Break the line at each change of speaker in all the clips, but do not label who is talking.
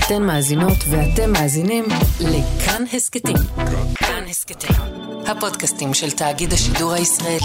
אתן מאזינות ואתם מאזינים לכאן הסקטים. כאן הסקטים, הפודקאסטים של תאגיד השידור הישראלי.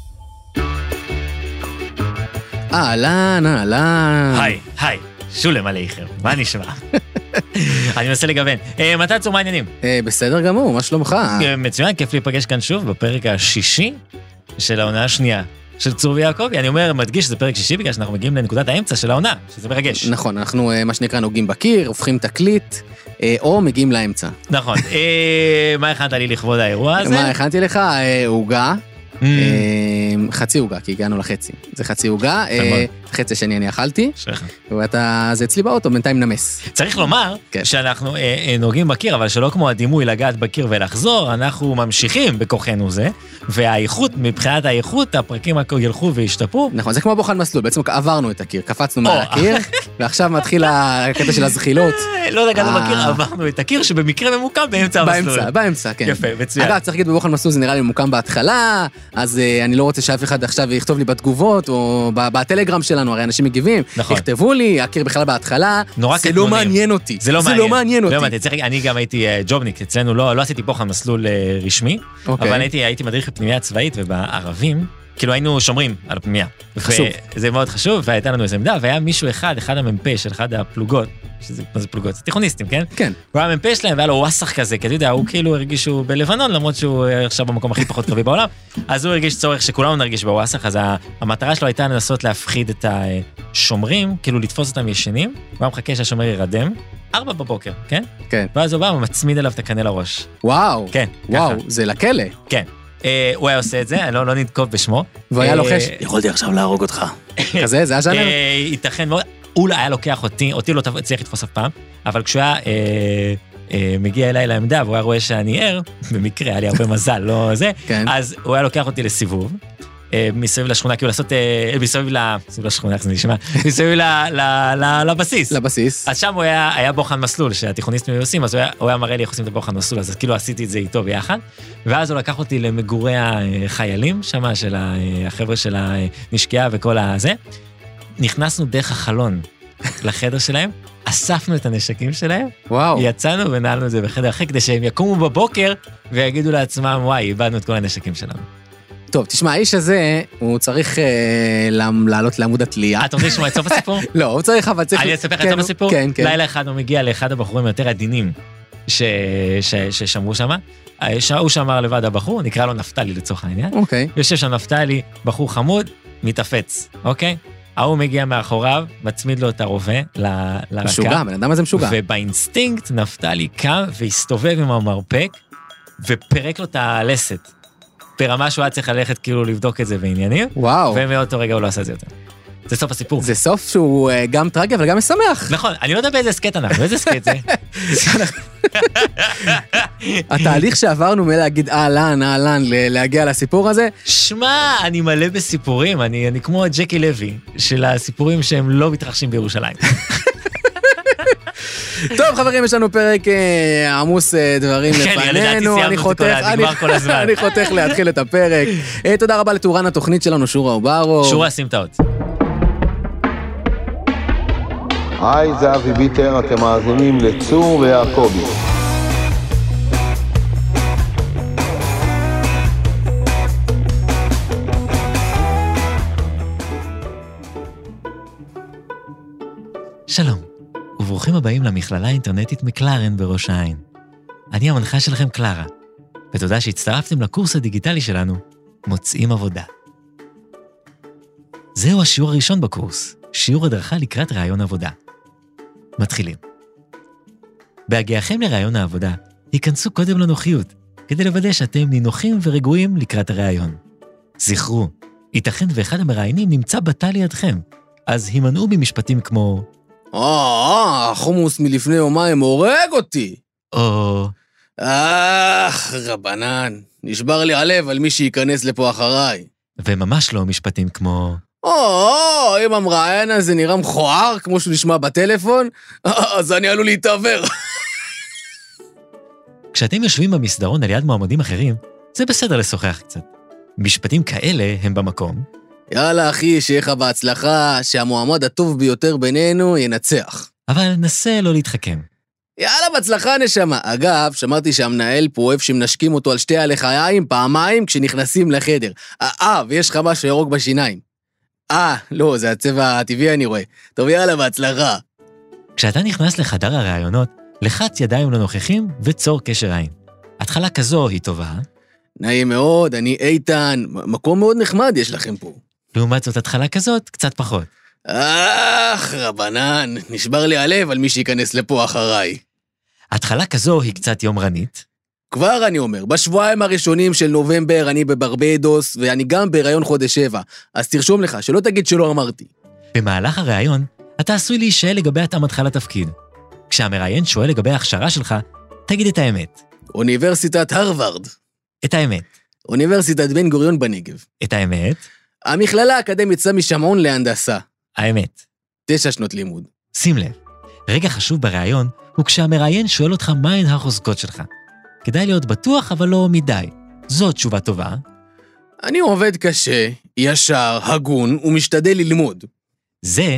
אהלן, אהלן.
היי, שולם עליכם, מה נשמע? אני מנסה לגוון. מתי צור, מה העניינים?
בסדר גמור, מה שלומך?
מצוין, כיף להיפגש כאן שוב בפרק השישי של העונה השנייה של צור ויעקבי. אני אומר, מדגיש שזה פרק שישי בגלל שאנחנו מגיעים לנקודת האמצע של העונה, שזה מרגש.
נכון, אנחנו מה שנקרא נוגעים בקיר, הופכים תקליט, או מגיעים לאמצע.
נכון. מה הכנת לי לכבוד האירוע הזה?
מה הכנתי לך? עוגה. חצי עוגה, כי הגענו לחצי. זה חצי עוגה, חצי שני אני אכלתי, זה אצלי באוטו, בינתיים נמס.
צריך לומר שאנחנו נוגעים בקיר, אבל שלא כמו הדימוי לגעת בקיר ולחזור, אנחנו ממשיכים בכוחנו זה, והאיכות, מבחינת האיכות, הפרקים ילכו והשתפרו.
נכון, זה כמו בוחן מסלול, בעצם עברנו את הקיר, קפצנו מעל הקיר, ועכשיו מתחיל הקטע של הזחילות.
לא נגענו בקיר, עברנו את הקיר, שבמקרה ממוקם באמצע המסלול.
באמצע, כן.
יפה, מצוין.
אגב, צריך להגיד בבוחן מסלול, זה נראה לי ממוקם בהתחלה, אז אני לא רוצה שאף אחד עכשיו יכתוב לי בתגובות, או בטלגרם שלנו, הרי אנשים מגיבים, יכתבו לי, הכיר בכלל בהתחלה, זה לא מעניין אותי. זה לא מעניין אותי.
אני גם הייתי ג'ובניק, אצלנו לא עשיתי בוחן מסלול רשמי, אבל הייתי מדריך בפנימייה הצבאית, ובערבים, כאילו היינו שומרים על הפנימייה.
חשוב.
זה מאוד חשוב, והייתה לנו איזה עמדה, והיה מישהו אחד המ"פ של אחד הפלוגות, מה זה פלוגות? זה תיכוניסטים, כן?
כן.
הוא היה המ"פ שלהם, והיה לו וואסח כזה, כי אתה יודע, הוא כאילו הרגיש שהוא בלבנון, למרות שהוא עכשיו במקום הכי פחות קרבי בעולם, אז הוא הרגיש צורך שכולנו נרגיש בוואסח, אז המטרה שלו הייתה לנסות להפחיד את השומרים, כאילו לתפוס אותם ישנים, הוא היה מחכה שהשומר ירדם, 4 בבוקר, כן?
כן.
ואז הוא בא ומצמיד אליו את הקנה לראש.
וואו.
כן.
וואו, זה לכלא. כן.
הוא היה עושה את זה, לא נתקוף בשמו.
והוא היה לוחש, יכולתי עכשיו להרוג אותך. כזה, זה הז'אנר?
ייתכן מאוד, הוא היה לוקח אותי לא צריך לתפוס אף פעם, אבל כשהוא היה מגיע אליי לעמדה, והוא היה רואה שאני ער, במקרה, היה לי הרבה מזל, לא זה, אז הוא היה לוקח אותי לסיבוב, מסביב לשכונה, כאילו לעשות, מסביב לשכונה, איך זה נשמע, מסביב לבסיס.
לבסיס.
אז שם הוא היה בוחן מסלול, שהתיכוניסטים היו עושים, אז הוא היה מראה לי איך עושים את הבוחן מסלול, אז כאילו עשיתי את זה איתו ביחד, ואז הוא לקח אותי למגורי החיילים, שמה של החבר'ה של הנשקייה וכל הזה, נכנסנו דרך החלון לחדר שלהם, אספנו את הנשקים שלהם, יצאנו ונעלנו את זה בחדר אחר, כדי שהם יקומו בבוקר ויגידו לעצמם, וואי, איבדנו את כל הנשקים שלנו.
טוב, תשמע, האיש הזה, הוא צריך לעלות לעמוד התלייה.
אתה רוצה לשמוע את סוף הסיפור?
לא, הוא צריך, אבל צריך...
אני אספר לך את סוף הסיפור?
כן, כן.
לילה אחד הוא מגיע לאחד הבחורים יותר עדינים ששמרו שם. הוא שמר לבד הבחור, נקרא לו נפתלי לצורך העניין.
אוקיי.
יושב שם נפתלי, בחור חמוד, מתאפץ, אוקיי? הוא מגיע מאחוריו, מצמיד לו את הרובה לרקה.
משוגע, בן אדם הזה משוגע.
ובאינסטינקט נפתלי קם והסתובב עם המרפק, ופרק לו את הלסת. ברמה שהוא היה צריך ללכת כאילו לבדוק את זה בעניינים.
וואו.
ומאותו רגע הוא לא עשה את זה יותר. זה סוף הסיפור.
זה סוף שהוא גם טרגי, אבל גם משמח.
נכון, אני לא יודע באיזה סקט אנחנו, איזה סקט זה?
התהליך שעברנו מלהגיד אהלן, להגיע לסיפור הזה.
שמע, אני מלא בסיפורים, אני כמו ג'קי לוי, של הסיפורים שהם לא מתרחשים בירושלים.
טוב חברים, יש לנו פרק עמוס דברים לפנינו, אני חותך להתחיל את הפרק. תודה רבה לתאורן התוכנית שלנו, שורה אוברו.
שורה סמטאות.
היי, זה אבי ביטר, אתם מאזינים לצור ויעקבי.
שלום. וברוכים הבאים למכללה האינטרנטית מקלרן בראש העין. אני המנחה שלכם קלרה, ותודה שהצטרפתם לקורס הדיגיטלי שלנו, מוצאים עבודה. זהו השיעור הראשון בקורס, שיעור הדרכה לקראת רעיון עבודה. מתחילים. בהגיעכם לרעיון העבודה, היכנסו קודם לנוחיות, כדי לוודא שאתם נינוחים ורגועים לקראת הרעיון. זכרו, ייתכן ואחד המראיינים נמצא בתא לידכם, אז הימנעו ממשפטים כמו
חומוס מלפני יומיים הורג אותי.
או
רבנן, נשבר לי הלב על מי שייכנס לפה אחריי.
וממש לא משפטים כמו
אם המראיין הזה נראה מכוער כמו שהוא נשמע בטלפון, אז אני עלול להתעבר.
כשאתם יושבים במסדרון על יד מועמדים אחרים, זה בסדר לשוחח קצת. משפטים כאלה הם במקום.
יאללה אחי, שיהיה לך בהצלחה, שהמועמד הטוב ביותר בינינו ינצח.
אבל נסה לא להתחכם.
יאללה, בהצלחה נשמה. אגב, שמרתי שהמנהל פה אוהב שמנשקים אותו על שתי הלחיים פעמיים כשנכנסים לחדר. ויש לך משהו ירוק בשיניים. לא, זה הצבע הטבעי אני רואה. טוב, יאללה, בהצלחה.
כשאתה נכנס לחדר הרעיונות, לחץ ידיים לנוכחים וצור קשר עין. התחלה כזו היא טובה.
נעים מאוד, אני איתן. מקום מאוד נחמד יש לכם פה.
לעומת זאת, התחלה כזאת, קצת פחות.
רבנן, נשבר לי הלב על מי שיכנס לפה אחריי.
התחלה כזו היא קצת יומרנית.
כבר אני אומר, בשבועיים הראשונים של נובמבר אני בברבדוס, ואני גם בהיריון חודש 7, אז תרשום לך, שלא תגיד שלא אמרתי.
במהלך הרעיון, אתה עשוי להישאל לגבי התאמתך לתפקיד. כשהמראיין שואל לגבי ההכשרה שלך, תגיד את האמת.
אוניברסיטת הרווארד.
את האמת.
אוניברסיטת בן גוריון בנגב.
את האמת.
המכללה האקדמית סמי שמעון להנדסה.
האמת.
9 שנות לימוד.
שים לב, רגע חשוב ברעיון הוא כשהמראיין שואל אותך מהן החוזקות שלך. כדאי להיות בטוח, אבל לא מדי. זו תשובה טובה.
אני עובד קשה, ישר, הגון ומשתדל ללמוד.
זה...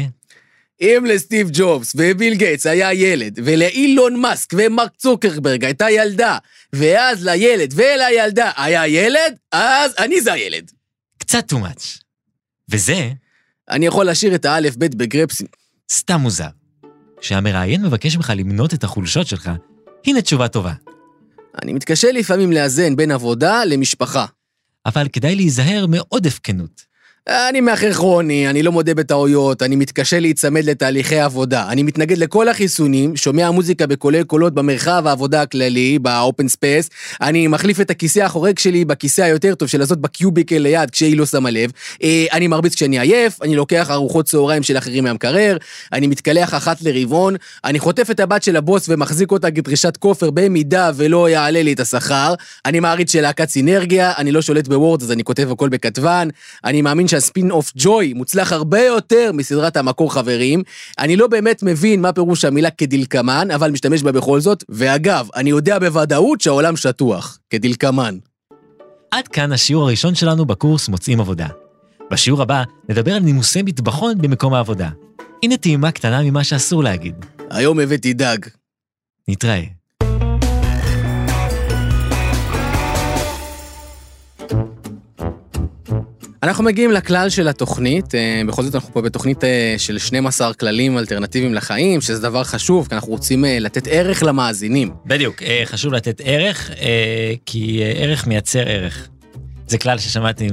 אם לסטיב ג'ובס וביל גייטס היה ילד, ולאילון מאסק ומרק צוקרברג הייתה ילדה, ואז לילד ולילדה היה ילד, אז אני זה הילד.
קצת too much. וזה...
אני יכול להשאיר את האלף בית בגרפסים.
סתם מוזר. כשהמראיין מבקש ממך למנות את החולשות שלך, הנה תשובה טובה.
אני מתקשה לפעמים לאזן בין עבודה למשפחה.
אבל כדאי להיזהר מעודף כנות.
אני מאחר כרוני, אני לא מודה בטעויות, אני מתקשה להיצמד לתהליכי עבודה, אני מתנגד לכל החיסונים, שומע מוזיקה בקולי קולות במרחב העבודה הכללי, באופן ספייס, אני מחליף את הכיסא החורג שלי בכיסא היותר טוב של הזאת בקיוביקל ליד כשהיא לא שמה לב, אני מרביץ כשאני עייף, אני לוקח ארוחות צהריים של אחרים מהמקרר, אני מתקלח אחת לרבעון, אני חוטף את הבת של הבוס ומחזיק אותה כדרישת כופר במידה ולא יעלה לי את השכר, אני מעריץ של להקת סינרגיה, אני לא שולט בוורד אז אני כותב הכל בכתבן, אני מאמין שהספין אוף ג'וי מוצלח הרבה יותר מסדרת המקור חברים, אני לא באמת מבין מה פירוש המילה כדלקמן, אבל משתמש בה בכל זאת, ואגב, אני יודע בוודאות שהעולם שטוח, כדלקמן.
עד כאן השיעור הראשון שלנו בקורס מוצאים עבודה. בשיעור הבא נדבר על נימוסי מטבחון במקום העבודה. הנה טעימה קטנה ממה שאסור להגיד.
היום הבאתי דג.
נתראה.
אנחנו מגיעים לכלל של התוכנית, בכל זאת אנחנו פה בתוכנית של 12 כללים אלטרנטיביים לחיים, שזה דבר חשוב, כי אנחנו רוצים לתת ערך למאזינים.
בדיוק, חשוב לתת ערך, כי ערך מייצר ערך. זה כלל ששמעתי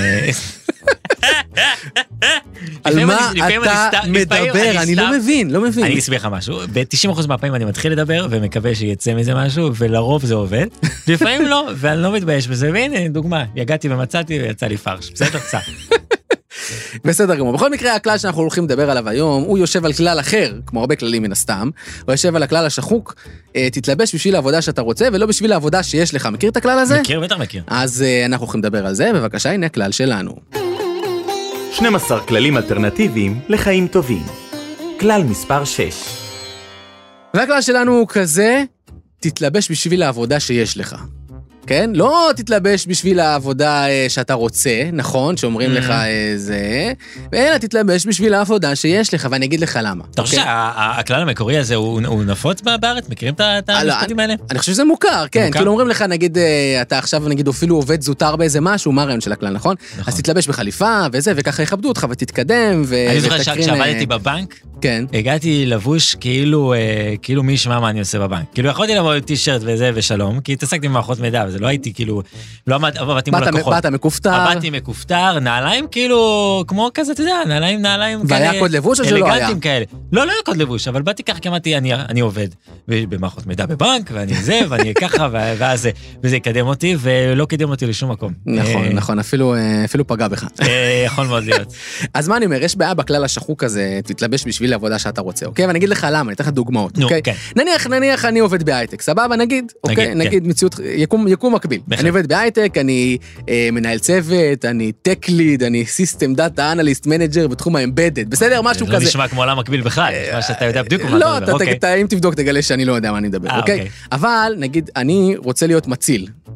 על מה אתה מדבר? אני לא מבין.
אני אסביר לך משהו. ב-90% מהפעמים אני מתחיל לדבר, ומקווה שיצא מזה משהו, ולרוב זה עובד. לפעמים לא, ואני לא מתבייש בזה. והנה, דוגמה, יגעתי ומצאתי, ויצא לי פרש. בסדר, קצת.
בסדר גמור. בכל מקרה, הכלל שאנחנו הולכים לדבר עליו היום, הוא יושב על כלל אחר, כמו הרבה כללים מן הסתם, הוא יושב על הכלל השחוק, תתלבש בשביל העבודה שאתה רוצה, ולא בשביל העבודה שיש לך. מכיר את הכלל הזה?
מכיר, בטח מכיר.
אז אנחנו הולכים לדבר על זה, בבקשה, הנה הכלל שלנו.
12 כללים אלטרנטיביים לחיים טובים. כלל מספר 6.
והכלל שלנו הוא כזה, תתלבש בשביל העבודה שיש לך. כן? לא תתלבש בשביל העבודה שאתה רוצה, נכון? שאומרים לך זה, אלא תתלבש בשביל העבודה שיש לך, ואני אגיד לך למה.
אתה חושב שהכלל המקורי הזה הוא נפוץ בארץ? מכירים את המשפטים האלה?
אני חושב שזה מוכר, כן. כאילו אומרים לך, נגיד, אתה עכשיו נגיד אפילו עובד זוטר באיזה משהו, מה הרעיון של הכלל, נכון? אז תתלבש בחליפה וזה, וככה יכבדו אותך ותתקדם.
אני זוכר שכשעבדתי בבנק, הגעתי לבוש כאילו מי ישמע מה אני עושה בבנק. כאילו יכולתי לבוא טישרט וזה ושלום, כי התעסקתי במערכות מידע, וזה לא הייתי כאילו, לא עבדתי מול לקוחות.
באת מקופטר.
עבדתי מקופטר, נעליים כאילו, כמו כזה, אתה יודע, נעליים כאלה.
והיה קוד לבוש או שלא היה?
אלגנטים כאלה. לא היה קוד לבוש, אבל באתי ככה, כי אמרתי, אני עובד במערכות מידע בבנק, ואני זה, ואני ככה, וזה יקדם אותי, ולא קדם אותי לשום מקום.
נכון, אפילו פגע בך.
יכול מאוד להיות.
אז מה אני אומר, יש בעיה בכלל השחוק הזה, תתלבש בשביל העבודה שאתה רוצה, אוקיי? ואני אגיד לך למה, אני אתן לך דוגמאות, אוקיי? נניח אני עובד בהייטק, סבבה? נגיד מציאות, יקום מקביל. אני עובד בהייטק, אני מנהל צוות, אני טק ליד, אני סיסטם דאטה אנליסט מנג'ר בתחום האמבדד, בסדר? משהו כזה.
זה לא נשמע כמו עולם מקביל בכלל, מה שאתה יודע בדיוק מה
אתה מדבר. לא, אם תבדוק תגלה שאני לא יודע מה אני מדבר, אוקיי? אבל נגיד, אני רוצה להיות מציל.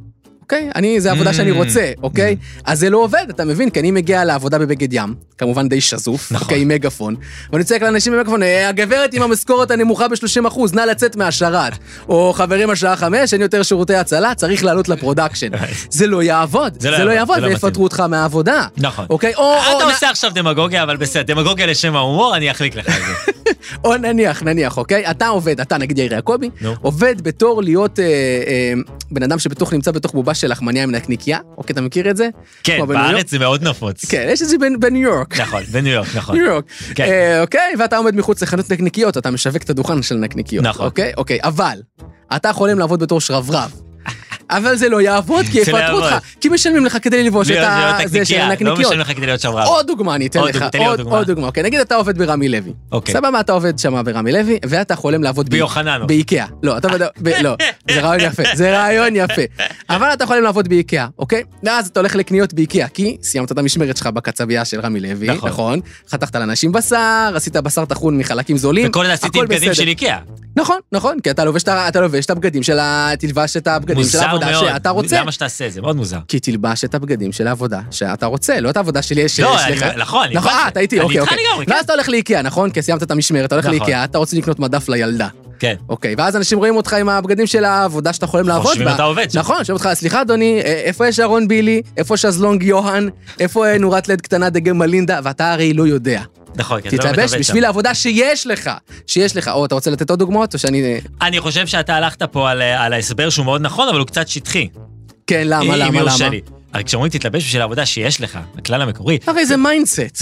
אוקיי? זה העבודה שאני רוצה, אוקיי? אז זה לא עובד, אתה מבין? כי אני מגיע לעבודה בבגד ים, כמובן די שזוף, אוקיי, עם מגפון, ואני צועק לאנשים במגפון, הגברת עם המשכורת הנמוכה ב-30%, נא לצאת מהשרת, או חברים השעה 5, אין יותר שירותי הצלה, צריך לעלות לפרודקשן. זה לא יעבוד, זה לא יעבוד, ויפטרו אותך מהעבודה.
נכון.
אוקיי?
אתה עושה עכשיו דמגוגיה, אבל בסדר, דמגוגיה לשם ההומור, אני אחליק לך את זה.
או נניח, אוקיי? אתה עובד, אתה נגיד יאיר יעקבי, עובד בתור להיות בן אדם שבתוך נמצא בתוך בובה של לחמניה עם נקניקייה, אוקיי, אתה מכיר את זה?
כן, בארץ זה מאוד נפוץ.
כן, יש את זה בניו יורק.
נכון, בניו יורק, נכון.
ניו יורק, אוקיי? ואתה עומד מחוץ לחנות נקניקיות, אתה משווק את הדוכן של נקניקיות, אוקיי? אבל, אתה יכולים לעבוד בתור שרברב. אבל זה לא יעבוד, כי יפטרו אותך. כי משלמים לך כדי לבוש את זה של הנקניקיות.
לא משלמים לך כדי להיות שרברב.
עוד דוגמה, אני אתן לך. עוד דוגמה. אוקיי, נגיד אתה עובד ברמי לוי. סבבה, אתה עובד שם ברמי לוי, ואתה חולם לעבוד
ביוחננו.
באיקאה. לא, אתה עובד... לא, זה רעיון יפה. זה רעיון יפה. אבל אתה חולם לעבוד באיקאה, אוקיי? ואז אתה הולך לקניות באיקאה, כי סיימת את המשמרת שלך בקצבייה של רמי לוי, נכון? חתכת לאנשים בשר, עשית בשר טחון מחלקים זולים.
וכל זה עשיתי בגדים של איקאה.
נכון, כי אתה לובש את הבגדים של תלבש את הבגדים של העבודה שאתה רוצה.
למה שתעשה? זה מאוד מוזר.
כי תלבש את הבגדים של העבודה שאתה רוצה, לא את העבודה שלי יש לך.
נכון,
אתה איתי, אוקיי. ואז אתה הולך לאיקאה, נכון? כי סיימת את המשמרת, אתה הולך לאיקאה, אתה רוצה לקנות מדף לילדה.
כן.
אוקיי, ואז אנשים רואים אותך עם הבגדים של העבודה שאתה יכולים לעבוד בה.
חושבים אתה עובד שם.
נכון, שואלים אותך, סליחה אדוני, איפה יש אהרון בילי? איפה שזלונג יוהן? איפה נורת לד קטנה דגם מלינדה? ואתה הרי לא יודע.
נכון,
תתלבש בשביל העבודה שיש לך. או אתה רוצה לתת עוד דוגמאות, או שאני...
אני חושב שאתה הלכת פה על ההסבר שהוא מאוד נכון, אבל הוא קצת שטחי.
כן, למה?
הרי כשאומרים תתלבש בשביל העבודה שיש לך, הכלל המקורי.
הרי זה מיינדסט.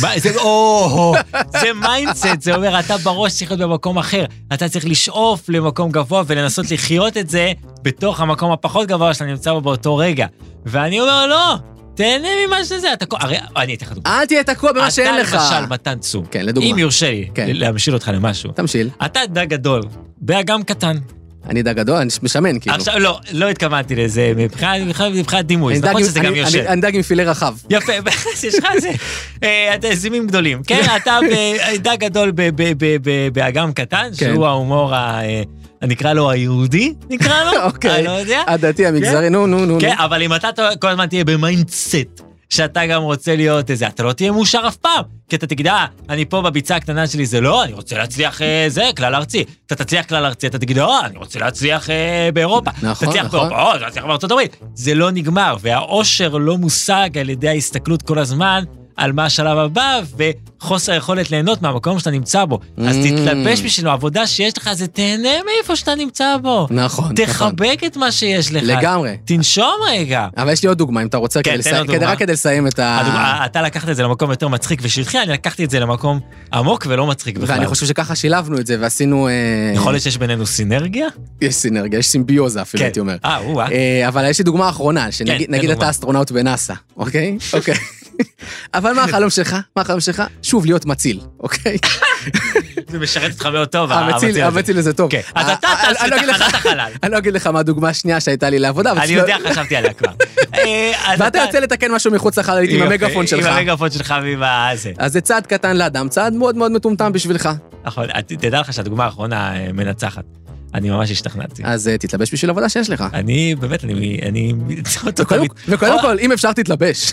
זה מיינדסט, זה אומר, אתה בראש צריך להיות במקום אחר. אתה צריך לשאוף למקום גבוה ולנסות לחיות את זה בתוך המקום הפחות גבוה שאתה נמצא בו באותו רגע. ואני אומר, לא, תהנה ממה שזה, הרי אני אתן לך דוגמא.
אל תהיה תקוע במה שאין לך.
אתה למשל מתן צור.
כן, לדוגמה.
אם יורשה לי להמשיל אותך למשהו.
תמשיל.
אתה דג גדול, באגם קטן.
אני דג גדול, אני משמן כאילו.
עכשיו, לא התכוונתי לזה, מבחינת דימוי, נכון שזה גם יושב.
אני דג עם פילה רחב.
יפה, יש לך זה. אתה זימים גדולים. כן, אתה דג גדול באגם קטן, שהוא ההומור נקרא לו היהודי, נקרא לו?
אוקיי.
אני לא יודע.
הדתי המגזרי, נו.
כן, אבל אם אתה כל הזמן תהיה במיינדסט, שאתה גם רוצה להיות איזה, אתה לא תהיה מאושר אף פעם, כי אתה תגיד, אני פה בביצה הקטנה שלי, זה לא, אני רוצה להצליח כלל ארצי. אתה תצליח כלל ארצי, אתה תגיד, אני רוצה להצליח באירופה.
נכון.
תצליח באירופה, תצליח בארצות הברית. זה לא נגמר, והאושר לא מושג על ידי ההסתכלות כל הזמן, על מה השלב הבא, וחוסר יכולת ליהנות מהמקום שאתה נמצא בו. אז תתלבש בשביל העבודה שיש לך, זה תהנה מאיפה שאתה נמצא בו.
נכון.
תחבק את מה שיש לך.
לגמרי.
תנשום רגע.
אבל יש לי עוד דוגמה, אם אתה רוצה, רק כדי לסיים את
אתה לקחת את זה למקום יותר מצחיק ושטחי, אני לקחתי את זה למקום עמוק ולא מצחיק בכלל.
ואני חושב שככה שילבנו את זה, ועשינו...
יכול להיות שיש בינינו סינרגיה?
יש סינרגיה, יש סימביוזה אפילו, הייתי אומר. אבל יש לי דוגמה אחרונה, שנגיד אתה אסטרונאוט בנאסא, אוקיי? אוקיי. אבל מה החלום שלך? שוב, להיות מציל, אוקיי?
זה משרת אותך מאוד טוב,
המציל הזה טוב.
אז אתה טס לתחנת החלל.
אני לא אגיד לך מה הדוגמה השנייה שהייתה לי לעבודה.
אני יודע, חשבתי עליה כבר.
ואתה יוצא לתקן משהו מחוץ לחלל עם המגפון שלך.
עם המגפון שלך ועם הזה.
אז זה צעד קטן לאדם, צעד מאוד מאוד מטומטם בשבילך.
נכון, תדע לך שהדוגמה האחרונה מנצחת. אני ממש השתכנעתי.
אז תתלבש בשביל עבודה שיש לך.
אני, באמת, אני...
וקודם כל, אם אפשר תתלבש.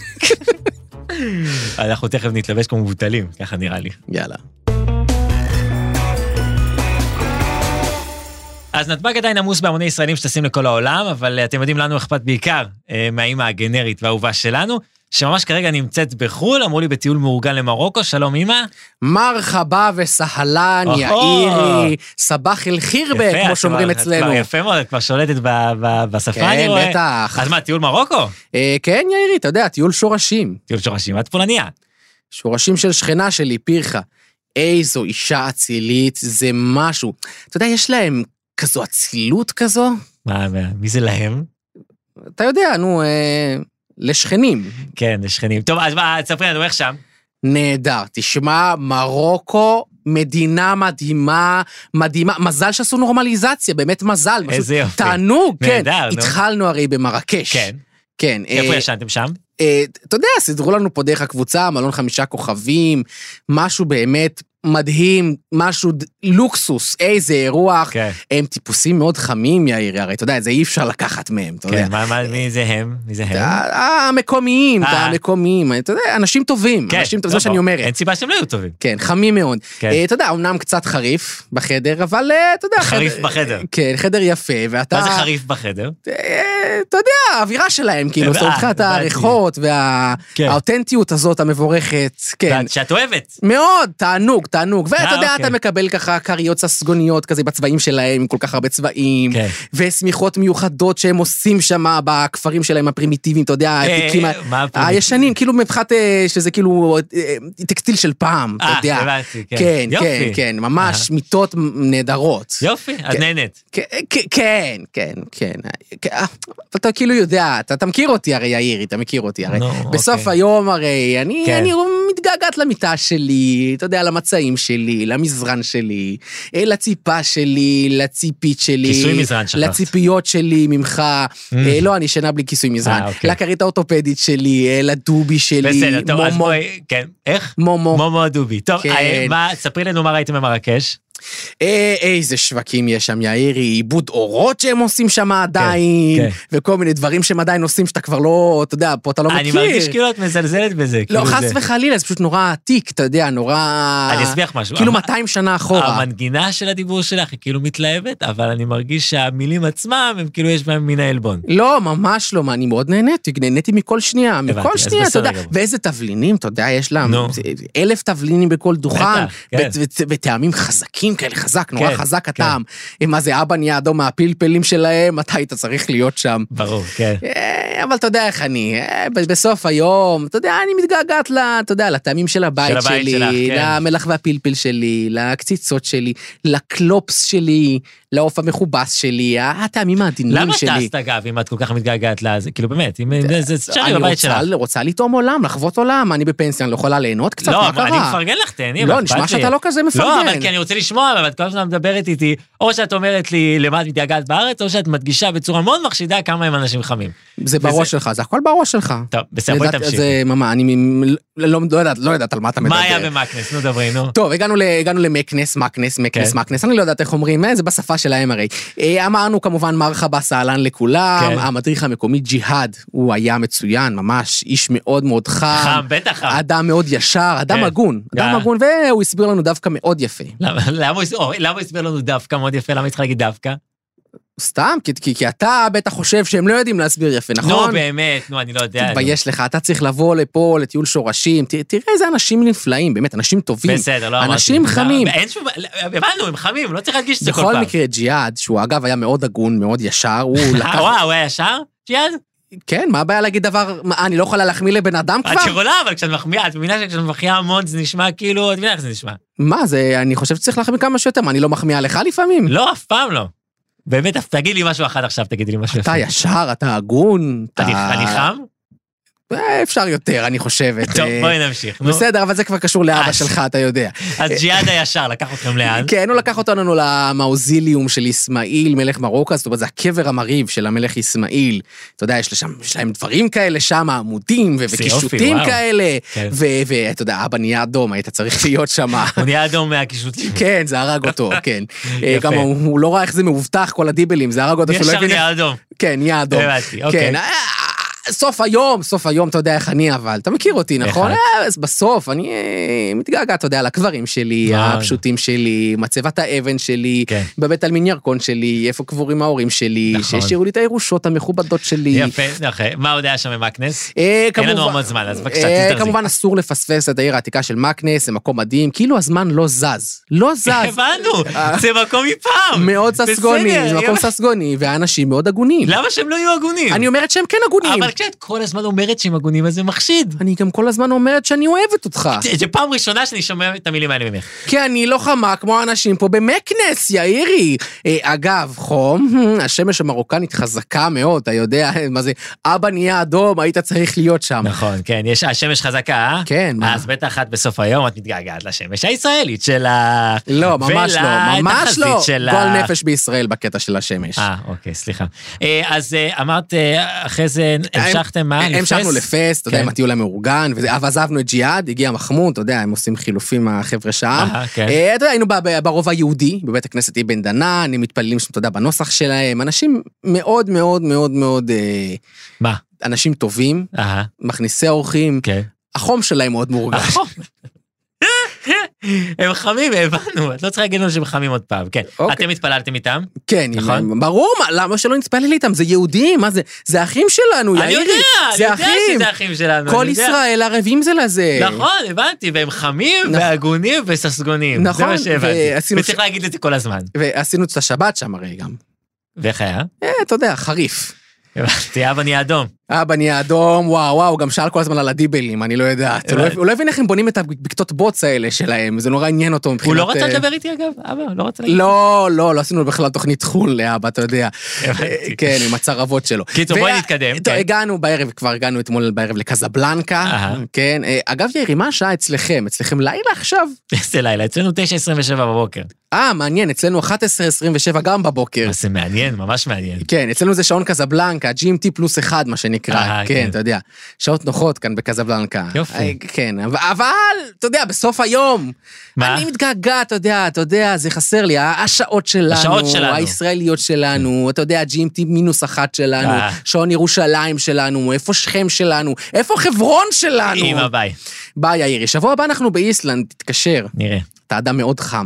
אנחנו תכף נתלבש כמו מבוטלים, ככה נראה לי.
יאללה.
אז נתב"ג עדיין עמוס בהמוני ישראלים שטסים לכל העולם, אבל אתם יודעים לנו אכפת בעיקר מהאימא הגנרית והאהובה שלנו, שממש כרגע נמצאת בחול, אמרו לי בטיול מאורגן למרוקו, שלום אימא.
מרחבה וסהלן, יאירי, סבח אל חירבה, כמו שאומרים אצלנו.
יפה מאוד, את כבר שולטת בשפה, אני רואה.
כן, בטח.
אז מה, טיול מרוקו?
כן, יאירי, אתה יודע, טיול שורשים.
טיול שורשים, את פולניה.
שורשים של שכנה שלי, פירחה. איזו אישה אצילית, זה משהו. אתה יודע, יש להם כזו אצילות כזו.
מי זה להם?
אתה יודע, נו... לשכנים.
כן, לשכנים. טוב, אז מה, תספרי לנו איך שם?
נהדר. תשמע, מרוקו, מדינה מדהימה, מזל שעשו נורמליזציה, באמת מזל.
איזה יופי.
תענוג, כן.
נהדר, נו.
התחלנו הרי במרקש.
כן.
כן.
איפה ישנתם שם?
אתה יודע, סדרו לנו פה דרך הקבוצה, מלון 5 כוכבים, משהו באמת מדהים, משהו, לוקסוס, איזה אירוח. הם טיפוסים מאוד חמים, יאיר, הרי אתה יודע, זה אי אפשר לקחת מהם, אתה יודע.
מי זה הם?
המקומיים, אתה יודע, אנשים טובים, זה מה שאני אומרת.
אין סיבה שהם לא יהיו טובים.
כן, חמים מאוד. אתה יודע, אמנם קצת חריף בחדר, אבל אתה יודע...
חריף בחדר.
כן, חדר יפה, ואתה...
מה זה חריף בחדר?
אתה יודע, האווירה שלהם, כאילו, סודך את העריכות והאותנטיות הזאת המבורכת, כן.
שאת אוהבת.
מאוד, תענוג, ואתה יודע, אתה מקבל ככה קריות ססגוניות כזה בצבעים שלהם, עם כל כך הרבה צבעים, וסמיכות מיוחדות שהם עושים שם בכפרים שלהם הפרימיטיביים, אתה יודע, העתיקים הישנים, כאילו מבחינת שזה כאילו טקסטיל של פעם, אתה יודע. כן, ממש מיטות נהדרות.
יופי, אז נהנית.
כן. אתה כאילו יודע, אתה מכיר אותי הרי, יאיר, אתה מכיר אותי הרי. בסוף היום הרי, אני מתגעגעת למיטה שלי, אתה יודע, למצעים שלי, למזרן שלי, לציפה שלי, לציפית שלי.
כיסוי מזרן שכחת.
לציפיות שלי ממך. לא, אני ישנה בלי כיסוי מזרן. לכרית האורתופדית שלי, לדובי שלי.
בסדר, טוב, אז בואי, כן. איך? מומו הדובי. טוב, ספרי לנו מה ראיתם במרקש.
איזה שווקים יש שם, יאירי, עיבוד אורות שהם עושים שם עדיין, וכל מיני דברים שהם עדיין עושים שאתה כבר לא, אתה יודע, פה אתה לא מכיר.
אני מרגיש כאילו את מזלזלת בזה.
לא, חס וחלילה, זה פשוט נורא עתיק, אתה יודע, נורא...
אני אסביח משהו.
כאילו 200 שנה אחורה.
המנגינה של הדיבור שלך היא כאילו מתלהבת, אבל אני מרגיש שהמילים עצמם, הם כאילו יש בהם מן העלבון.
לא, ממש לא, אני מאוד נהניתי מכל שנייה, אתה יודע, ואיזה תבלינים, אתה יודע, יש להם 1,000 תבלינים בכל דוכן, וטעמים חזקים כאלה, חזק, נורא חזק הטעם. מה זה, אבא נהיה אדום מהפלפלים שלהם, מתי היית צריך להיות שם?
ברור, כן.
אבל אתה יודע איך אני, בסוף היום, אתה יודע, אני מתגעגעת אתה יודע, לטעמים של הבית שלי, למלח והפלפל שלי, לקציצות שלי, לקלופס שלי, לעוף המכובס שלי, הטעמים העדינים שלי.
למה טסת אגב, אם את כל כך מתגעגעת לזה? כאילו באמת, זה צ'רי בבית שלך.
אני רוצה לטעום עולם, לחוות עולם, אני בפנסיה, אני לא יכולה ליהנות קצת, מה קרה?
לא, אני מפרגן לך, תהני.
לא, נשמע שאתה לא כזה מפרגן.
לא, אבל כי אני רוצה לשמוע, אבל את כל הזמן מדברת איתי, או שאת אומרת לי למה את מתגעגעת בארץ, או שאת מדגישה בצורה מאוד מחשידה כמה הם אנשים חמים.
זה בראש שלך, זה הכל בראש שלך.
טוב, בסדר, בואי תמשיך.
זה ממש, אני לא יודעת על מה אתה מדבר.
מה היה במקנס? נו דברי, נו.
טוב, הגענו למקנס, מקנס, אני לא יודעת איך אומרים, זה בשפה שלהם הרי. אמרנו כמובן מרחבה סהלן לכולם, המדריך המקומי ג'יהאד, הוא היה מצוין, ממש איש מאוד מאוד חם,
בטח חם.
אדם מאוד ישר, אדם הגון, והוא הסביר לנו דווקא מאוד יפה.
למה הוא הסביר לנו דווקא מאוד יפה? למה היא צריכה להגיד דווקא?
סתם, כי אתה בטח חושב שהם לא יודעים להסביר יפה, נכון?
נו, באמת, נו, אני לא יודע.
תתבייש לך, אתה צריך לבוא לפה, לטיול שורשים, תראה איזה אנשים נפלאים, באמת, אנשים טובים.
בסדר, לא אמרתי.
אנשים חמים.
הבנו, הם חמים, לא צריך להדגיש את זה כל פעם.
בכל מקרה, ג'יהאד, שהוא אגב היה מאוד הגון, מאוד ישר, הוא לקח...
הוא היה ישר? ג'יהאד?
כן, מה הבעיה להגיד דבר, אני לא יכולה להחמיא לבן אדם כבר?
את יכולה, אבל כשאת מחמיאה, את מבינה שכשאת מחמיאה המון זה נשמע כאילו, את מבינה איך זה נשמע?
מה זה, אני חושב שצריך להחמיא כמה שיותר, מה, אני לא מחמיאה לך לפעמים?
לא, אף פעם לא. באמת, תגיד לי משהו אחד עכשיו, תגיד לי משהו יפה.
אתה ישר, אתה הגון.
אני חם?
אפשר יותר, אני חושבת.
טוב, בואי נמשיך.
בסדר, אבל זה כבר קשור לאבא שלך, אתה יודע.
אז ג'יהאד הישר, לקח אתכם לאן?
כן, הוא לקח אותנו למאוזיליום של איסמעיל, מלך מרוקו, זאת אומרת, זה הקבר המרהיב של המלך איסמעיל. אתה יודע, יש להם דברים כאלה שם, עמודים וקישוטים כאלה, ואתה יודע, אבא נהיה אדום, היית צריך להיות שם.
הוא נהיה אדום מהקישוטים.
כן, זה הרג אותו, כן. גם הוא לא ראה איך זה מאובטח, כל הדיבלים, זה הרג אותו.
ישר נהיה אדום.
כן, נהיה אדום. כן. סוף היום, אתה יודע איך אני, אבל אתה מכיר אותי, נכון? אז בסוף, אני מתגעגע, אתה יודע, לקברים שלי, הפשוטים שלי, מצבת האבן שלי, בבית עלמין ירקון שלי, איפה קבורים ההורים שלי, שהשאירו לי את הירושות המכובדות שלי.
יפה, מה עוד היה שם במקנס? אין לנו המון זמן, אז בבקשה, תזדרזי.
כמובן אסור לפספס את העיר העתיקה של מקנס, זה מקום מדהים, כאילו הזמן לא זז. לא זז.
הבנו, זה מקום מפעם.
מאוד ססגוני, זה מקום ססגוני, והאנשים מאוד הגונים.
למה שהם לא יהיו הגונים?
אני אומרת שהם כן הגונים.
אבל כשאת כל הזמן אומרת שהם הגונים, אז זה מחשיד.
אני גם כל הזמן אומרת שאני אוהבת אותך.
זה פעם ראשונה שאני שומע את המילים האלה ממך.
כי אני לא חמה כמו האנשים פה במקנס, יאירי. אגב, חום, השמש המרוקנית חזקה מאוד, אתה יודע מה זה, אבא נהיה אדום, היית צריך להיות שם.
נכון, כן, יש השמש חזקה, אה?
כן, מה?
אז בטח את בסוף היום את מתגעגעת לשמש הישראלית שלה.
לא, ממש לא, ממש לא. גועל נפש בישראל בקטע של השמש.
אוקיי, סליחה. אז אמרת אחרי זה... המשכתם מה?
המשכנו לפסט, אתה יודע, עם הטיול המאורגן, ועזבנו את ג'יהאד, הגיע מחמוד, אתה יודע, הם עושים חילופים החבר'ה שעה. אתה יודע, היינו ברוב היהודי, בבית הכנסת אבן דנן, הם מתפללים שם, אתה יודע, בנוסח שלהם, אנשים מאוד מאוד מאוד מאוד...
מה?
אנשים טובים, מכניסי אורחים, החום שלהם מאוד מורגש.
הם חמים, הבנו, את לא צריכה להגיד לנו שהם חמים עוד פעם, כן. אתם התפללתם איתם?
כן, ברור, למה שלא נתפלל איתם? זה יהודים, מה זה? זה אחים שלנו, יאירי.
אני יודע שזה אחים שלנו.
כל ישראל ערבים זה לזה.
נכון, הבנתי, והם חמים והגונים וססגונים.
נכון.
זה מה שהבנתי. וצריך להגיד את זה כל הזמן.
ועשינו את השבת שם הרי גם.
ואיך היה?
אתה יודע, חריף.
הבנתי, אבא נהיה אדום.
אבא נהיה אדום, וואו, הוא גם שאל כל הזמן על הדיבלים, אני לא יודעת. הוא לא הבין איך הם בונים את הבקתות בוץ האלה שלהם, זה נורא עניין אותו מבחינת...
הוא לא רצה לדבר איתי אגב, אבא, לא רצה להגיד.
לא עשינו בכלל תוכנית חול לאבא, אתה יודע. כן, עם הצרבות שלו.
קיצור, בואי נתקדם.
הגענו בערב, כבר הגענו אתמול בערב לקזבלנקה, כן. אגב, יאירי, מה השעה אצלכם? אצלכם לילה עכשיו?
איזה לילה, אצלנו 9:27 בבוקר.
מעניין, אצלנו 11:27 גם בבוקר.
זה מעניין, ממש מעניין.
כן, אצלנו זה שעון קזבלנקה, GMT+1, מה שנקרא, כן, אתה יודע, שעות נוחות כאן בקזבלנקה.
יופי.
כן, אבל, אתה יודע, בסוף היום, אני מתגעגע, אתה יודע, זה חסר לי, השעות שלנו, הישראליות שלנו, אתה יודע, GMT-1 שלנו, שעון ירושלים שלנו, איפה שכם שלנו, איפה חברון שלנו.
אמא, ביי.
ביי, יאירי, שבוע הבא אנחנו באיסלנד, תתקשר.
נראה.
אתה אדם מאוד חם.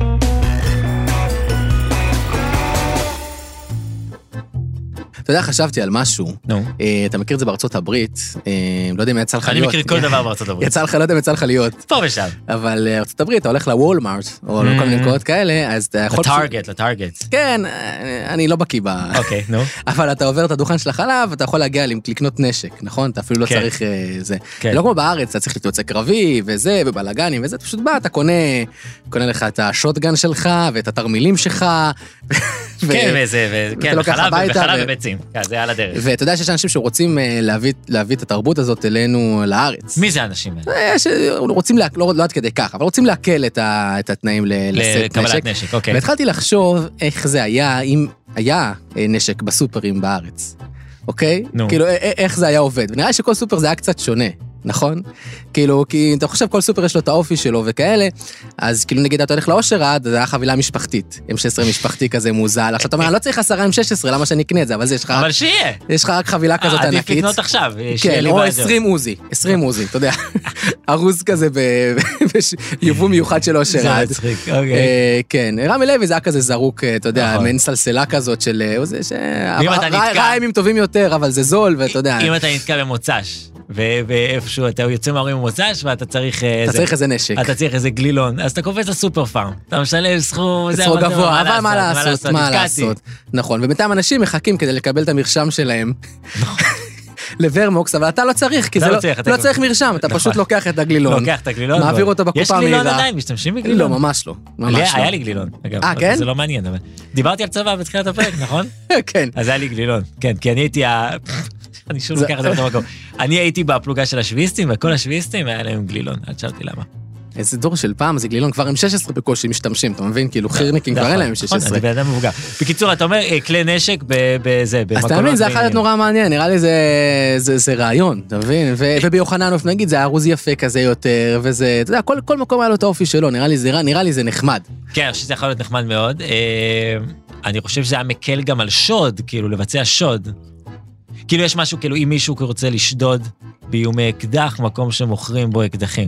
אתה יודע, חשבתי על משהו. אתה מכיר את זה בארצות הברית, לא יודע אם יצא לך להיות.
אני מכיר כל דבר בארצות הברית.
יצא לך, לא יודע אם יצא לך להיות.
פה ושם.
אבל ארצות הברית, אתה הולך לוולמארט, או לכל מיני מקומות כאלה, אז אתה יכול...
לטארגט.
כן, אני לא בקיא
אוקיי, נו.
אבל אתה עובר את הדוכן של החלב, אתה יכול להגיע לקנות נשק, נכון? אתה אפילו לא צריך זה. לא כמו בארץ, אתה צריך יוצא קרבי, וזה, ובלגנים, וזה, פשוט בא, אתה קונה לך את השוטגן שלך, ואת התרמילים שלך,
כן, וזה, כן, וחלב וביצים. זה על הדרך.
ואתה יודע שיש אנשים שרוצים להביא את התרבות הזאת אלינו לארץ.
מי זה האנשים
האלה? רוצים, לא עד כדי כך, אבל רוצים להקל את התנאים
לקבלת נשק. אוקיי.
והתחלתי לחשוב איך זה היה, אם היה נשק בסופרים בארץ. אוקיי? כאילו, איך זה היה עובד. ונראה שכל סופר זה היה קצת שונה. נכון? כאילו, כי אתה חושב כל סופר יש לו את האופי שלו וכאלה, אז כאילו נגיד אתה הולך לאושר עד, זה היה חבילה משפחתית, M16 משפחתי כזה מוזל, עכשיו אתה אומר, אני לא צריך 10 M16, למה שאני אקנה את זה, אבל זה יש לך... אבל
שיהיה!
יש לך רק חבילה כזאת ענקית.
עדיף לקנות עכשיו,
כן, או 20 עוזי, אתה יודע, ארוז כזה ביבוא מיוחד של אושר עד.
זה מצחיק, אוקיי.
כן, רמי לוי זה היה כזה זרוק, אתה יודע, מעין סלסלה כזאת של... רעימים טובים יותר, אבל זה זול, ואתה יודע...
אם אתה נתקע במוצ"ש, ואיפשהו אתה יוצא מההורים במוצ"ש, ואתה צריך...
אתה צריך איזה נשק.
אתה צריך איזה גלילון, אז אתה קופץ לסופר פארם. אתה משלם סכום...
סכום גבוה, אבל מה לעשות. נכון, ובינתיים אנשים מחכים כדי לקבל את המרשם שלהם. לוורמוקס, אבל אתה לא צריך, כי זה לא צריך מרשם, אתה פשוט לוקח את הגלילון. מעביר אותו בקופה מהירה.
יש גלילון עדיין, משתמשים בגלילון?
לא, ממש לא.
היה לי גלילון, אגב.
כן?
זה לא מעניין, אבל... דיברתי על צבא בתחילת הפרק, נכון?
כן.
אז היה לי גלילון. כן, כי אני הייתי אני שוב לוקח את זה באותו מקום. אני הייתי בפלוגה של השביעיסטים, וכל השביעיסטים היה להם גלילון, עד שאלתי למה.
איזה דור של פעם, זה גלילון כבר עם 16 בקושי משתמשים, אתה מבין? כאילו חירניקים כבר אין להם 16.
נכון, אני באדם מבוגר. בקיצור, אתה אומר, כלי נשק בזה,
אז אתה מבין, זה אחד נורא מעניין, נראה לי זה רעיון, אתה מבין? וביוחננוף, נגיד, זה ארוז יפה כזה יותר, וזה, אתה יודע, כל מקום היה לו את האופי שלו, נראה לי זה נחמד.
כן, אני חושב שזה יכול להיות נחמד מאוד. אני חושב שזה היה מקל גם על שוד, כאילו, לבצע שוד. כאילו יש משהו, כאילו אם מישהו רוצה לשדוד באיומי אקדח, מקום שמוכרים בו אקדחים.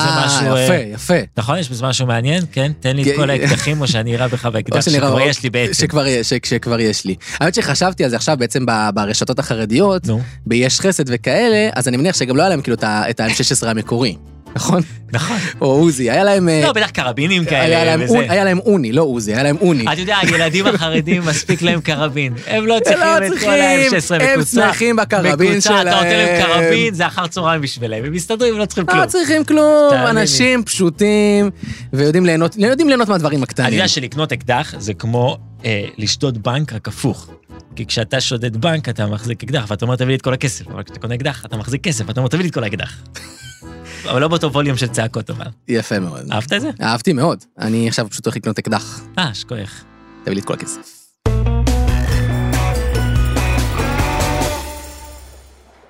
יפה.
נכון? יש בזה משהו מעניין? כן? תן לי את כל האקדחים, או שאני אראה בך באקדח שכבר יש לי בעצם.
שכבר יש לי. האמת שחשבתי על זה עכשיו בעצם ברשתות החרדיות, ביש חסד וכאלה, אז אני מניח שגם לא היה להם כאילו את ה-M16 המקורי. נכון?
נכון.
או עוזי, היה להם...
לא, בטח קרבינים כאלה וזה.
היה להם אוני, לא עוזי, היה להם אוני.
אתה יודע, הילדים החרדים מספיק להם קרבין. הם לא צריכים את כל ה-M16 מקוצה.
הם צריכים בקרבין שלהם.
אתה נותן להם קרבין, זה אחר צהריים בשבילם. הם מסתדרים, לא צריכים כלום.
לא צריכים כלום, אנשים פשוטים, ויודעים ליהנות מהדברים הקטנים.
אני יודע שלקנות אקדח זה כמו לשדוד בנק רק הפוך. כי כשאתה שודד בנק, אתה מחזיק אקדח, ואתה אומר, תביא לי את כל הכסף. אבל כשאתה קונה אקדח, אתה מחזיק כסף, ואתה אומר, תביא לי את כל האקדח. אבל לא באותו ווליום של צעקות, אבל.
יפה מאוד.
אהבת את זה?
אהבתי מאוד. אני עכשיו פשוט הולך לקנות אקדח.
שכוח.
תביא לי את כל הכסף.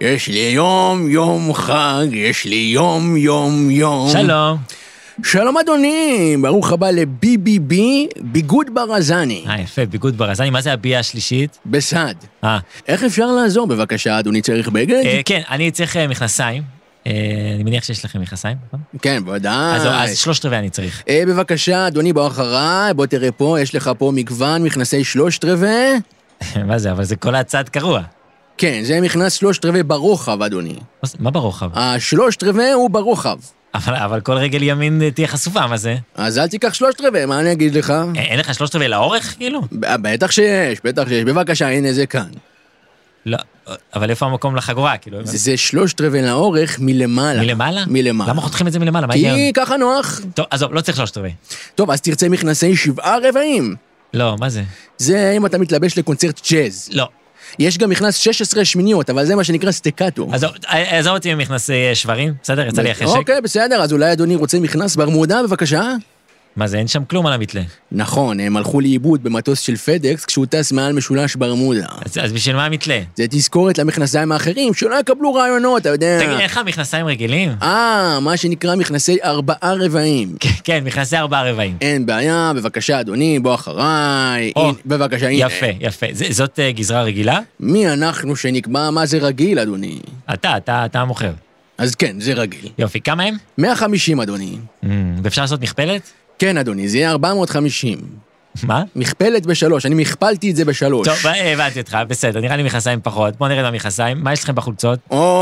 יש לי יום חג, יש לי יום.
שלום.
שלום אדוני, ברוך הבא ל-BBB, ביגוד ברזני.
יפה, ביגוד ברזני, מה זה הביאה השלישית?
בסד. איך אפשר לעזור בבקשה, אדוני צריך בגד?
כן, אני צריך מכנסיים. אני מניח שיש לכם מכנסיים, נכון?
כן, ודאי.
אז 3/4 אני צריך.
בבקשה, אדוני, בוא אחריי, בוא תראה פה, יש לך פה מגוון מכנסי 3/4.
מה זה? אבל זה כל הצד קרוע.
כן, זה מכנס 3/4 ברוחב, אדוני.
מה ברוחב?
3/4 הוא ברוחב.
אבל כל רגל ימין תהיה חשופה, מה זה?
אז אל תיקח 3/4, מה אני אגיד לך?
אין לך 3/4 לאורך, כאילו?
בטח שיש. בבקשה, הנה זה כאן.
לא, אבל איפה המקום לחגורה, כאילו?
זה 3/4 לאורך מלמעלה.
מלמעלה?
מלמעלה.
למה חותכים את זה מלמעלה?
כי ככה נוח.
טוב, עזוב, לא צריך 3/4.
טוב, אז תרצה מכנסי 7/4.
לא, מה זה?
זה אם אתה מתלבש לקונצרט ג'אז.
לא.
יש גם מכנס 16 שמיניות, אבל זה מה שנקרא סטקטו.
עזוב אותי ממכנסי שברים, בסדר? יצא לי החשק.
אוקיי, בסדר, אז אולי אדוני רוצה מכנס ברמודה, בבקשה?
מה זה, אין שם כלום על המתלה.
נכון, הם הלכו לאיבוד במטוס של פדקס כשהוא טס מעל משולש ברמודה.
אז בשביל מה המתלה?
זה תזכורת למכנסיים האחרים, שלא יקבלו רעיונות, אתה יודע.
תגיד, איך המכנסיים רגילים?
מה שנקרא מכנסי 4/4.
כן, מכנסי 4/4.
אין בעיה, בבקשה אדוני, בוא אחריי. בבקשה, הנה.
יפה. זאת גזרה רגילה?
מי אנחנו שנקבע מה זה רגיל, אדוני?
אתה המוכר.
אז כן, זה רגיל.
יופי, כמה הם?
150, אדוני.
ואפשר לעשות מכפלת?
כן, אדוני, זה יהיה 450.
מה?
מכפלת ב3, אני מכפלתי את זה ב3.
טוב, הבנתי אותך, בסדר, נראה לי מכנסיים פחות. בוא נראה במכנסיים, מה יש לכם בחולצות?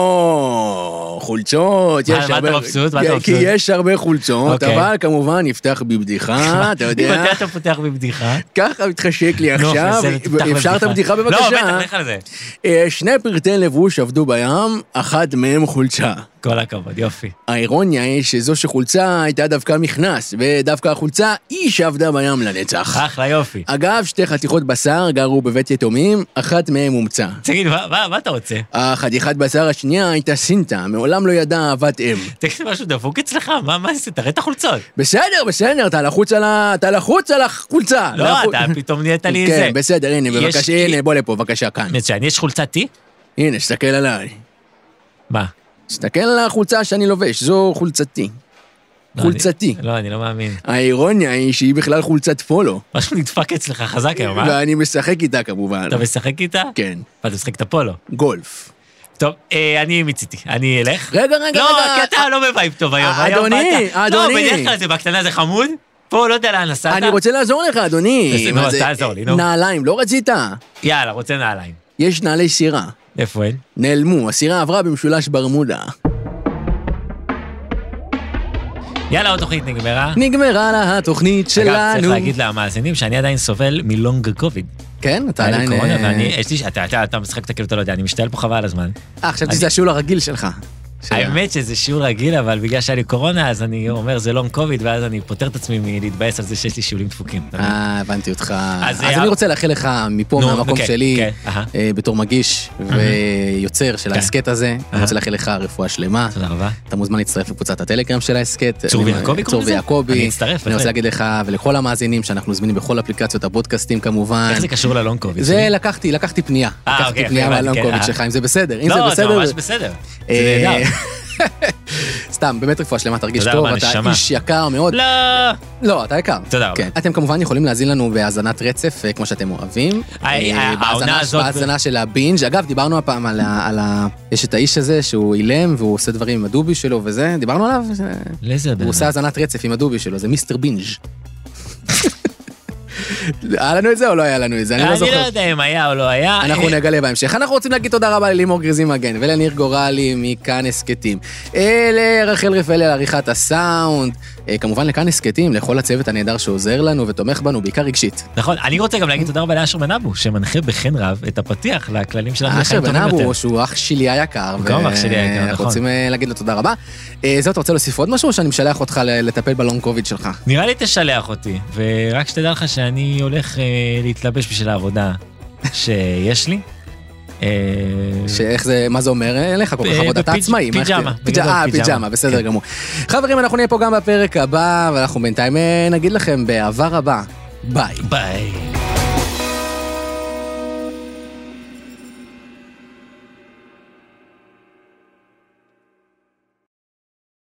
חולצות,
מה אתה מבסוט?
כי יש הרבה חולצות, אבל כמובן נפתח בבדיחה, אתה יודע.
מתי אתה פותח בבדיחה?
ככה מתחשק לי עכשיו, אפשר את הבדיחה בבקשה?
לא, בטח, לך על זה.
2 פרטי לבוש עבדו בים, אחד מהם חולצה.
כל הכבוד, יופי.
האירוניה היא שזו שחולצה הייתה דווקא מכנס, ודווקא החולצה היא שעבדה בים לנצח.
אחלה, יופי.
אגב, 2 חתיכות בשר גרו בבית יתומים, אחת מהם הומצא.
תגיד, מה אתה רוצה?
החתיכת בשר השנייה הייתה סינטה, מעולם לא ידעה אהבת אם.
תגיד משהו דפוק אצלך, מה זה? תראה את החולצות.
בסדר, אתה לחוץ על החולצה.
לא, אתה פתאום נהיית לי זה.
כן, בסדר, הנה, בבקשה, הנה, בוא לפה, בבקשה, כאן.
מצוין, יש חולצת טי?
הנה, שתקל עליי.
מה?
תסתכל על החולצה שאני לובש, זו חולצתי. חולצתי.
לא, אני לא מאמין.
האירוניה היא שהיא בכלל חולצת פולו.
משהו נדפק אצלך חזק היום,
ואני משחק איתה כמובן.
אתה משחק איתה?
כן.
ואתה משחק את הפולו?
גולף.
טוב, אני מציתי, אני אלך.
רגע.
לא, כי אתה לא בבייב טוב היום.
אדוני.
לא, בדרך כלל זה בקטנה, זה חמוד. פה לא יודע לאן נסעת.
אני רוצה לעזור לך, אדוני.
נו, אז תעזור לי, נו.
נעליים, לא רצית?
יאללה, רוצה נעליים.
יש נעלי סירה.
איפה הן?
נעלמו, הסירה עברה במשולש ברמודה.
יאללה, התוכנית נגמרה.
נגמרה לה התוכנית שלנו.
אגב, צריך להגיד למאזינים שאני עדיין סובל מלונג קוביד.
כן, אתה עדיין...
אתה משחק את הקלטות, לא יודע, אני משתעל פה חבל הזמן.
חשבתי שזה השיעול הרגיל שלך.
האמת שזה שיעול רגיל, אבל בגלל שהיה לי קורונה, אז אני אומר, זה לונג קוביד, ואז אני פותר את עצמי מלהתבאס על זה שיש לי שיעולים דפוקים.
הבנתי אותך. אז אני רוצה לאחל לך מפה, מהמקום שלי, בתור מגיש ויוצר של ההסקט הזה, אני רוצה לאחל לך רפואה שלמה.
תודה רבה.
אתה מוזמן להצטרף לקבוצת הטלגרם של ההסקט.
צור ויעקובי קוראים לזה?
צור ויעקובי.
אני אצטרף.
אני רוצה להגיד לך ולכל המאזינים שאנחנו זמינים בכל אפליקציות הפודקאסטים כמובן.
איך זה קשור ללונג קוביד?
זה לקחתי פנייה. לקחתי פנייה מהלונג קוביד שלך, אם זה בסדר. לא, זה ממש בסדר. זה נהדר. סתם, באמת רפואה שלמה, תרגיש טוב, אתה איש יקר מאוד. לא, אתה יקר.
תודה רבה.
אתם כמובן יכולים להזין לנו בהאזנת רצף, כמו שאתם אוהבים. בהאזנה של הבינג'. אגב, דיברנו הפעם על יש את האיש הזה שהוא אילם, והוא עושה דברים עם הדובי שלו וזה, דיברנו עליו? הוא עושה האזנת רצף עם הדובי שלו, זה מיסטר בינג'. היה לנו את זה או לא היה לנו את זה? אני לא זוכר.
אני לא יודע אם היה או לא היה.
אנחנו נגלה בהמשך. אנחנו רוצים להגיד תודה רבה ללימור גריזים מגן ולניר גורלי מכאן הסקטים. לרחל רפאלי על עריכת הסאונד. כמובן לכאן הסקטים, לכל הצוות הנהדר שעוזר לנו ותומך בנו, בעיקר רגשית.
נכון, אני רוצה גם להגיד תודה רבה לאשר בן אבו, שמנחה בחן רב את הפתיח לכללים שלנו.
אשר בן אבו, שהוא אח שלי היקר.
גם אח שלי היקר, נכון.
אנחנו רוצים להגיד לו תודה רבה. זהו, אתה רוצה להוסיף עוד משהו, או שאני משלח אותך לטפל בלונג קוביד שלך?
נראה לי תשלח אותי, ורק שתדע לך שאני הולך להתלבש בשביל העבודה שיש לי.
שאיך זה, מה זה אומר אליך? כל כך עבודת העצמאים.
פיג'מה.
פיג'מה, בסדר גמור. חברים, אנחנו נהיה פה גם בפרק הבא, ואנחנו בינתיים נגיד לכם באהבה רבה. ביי.
ביי.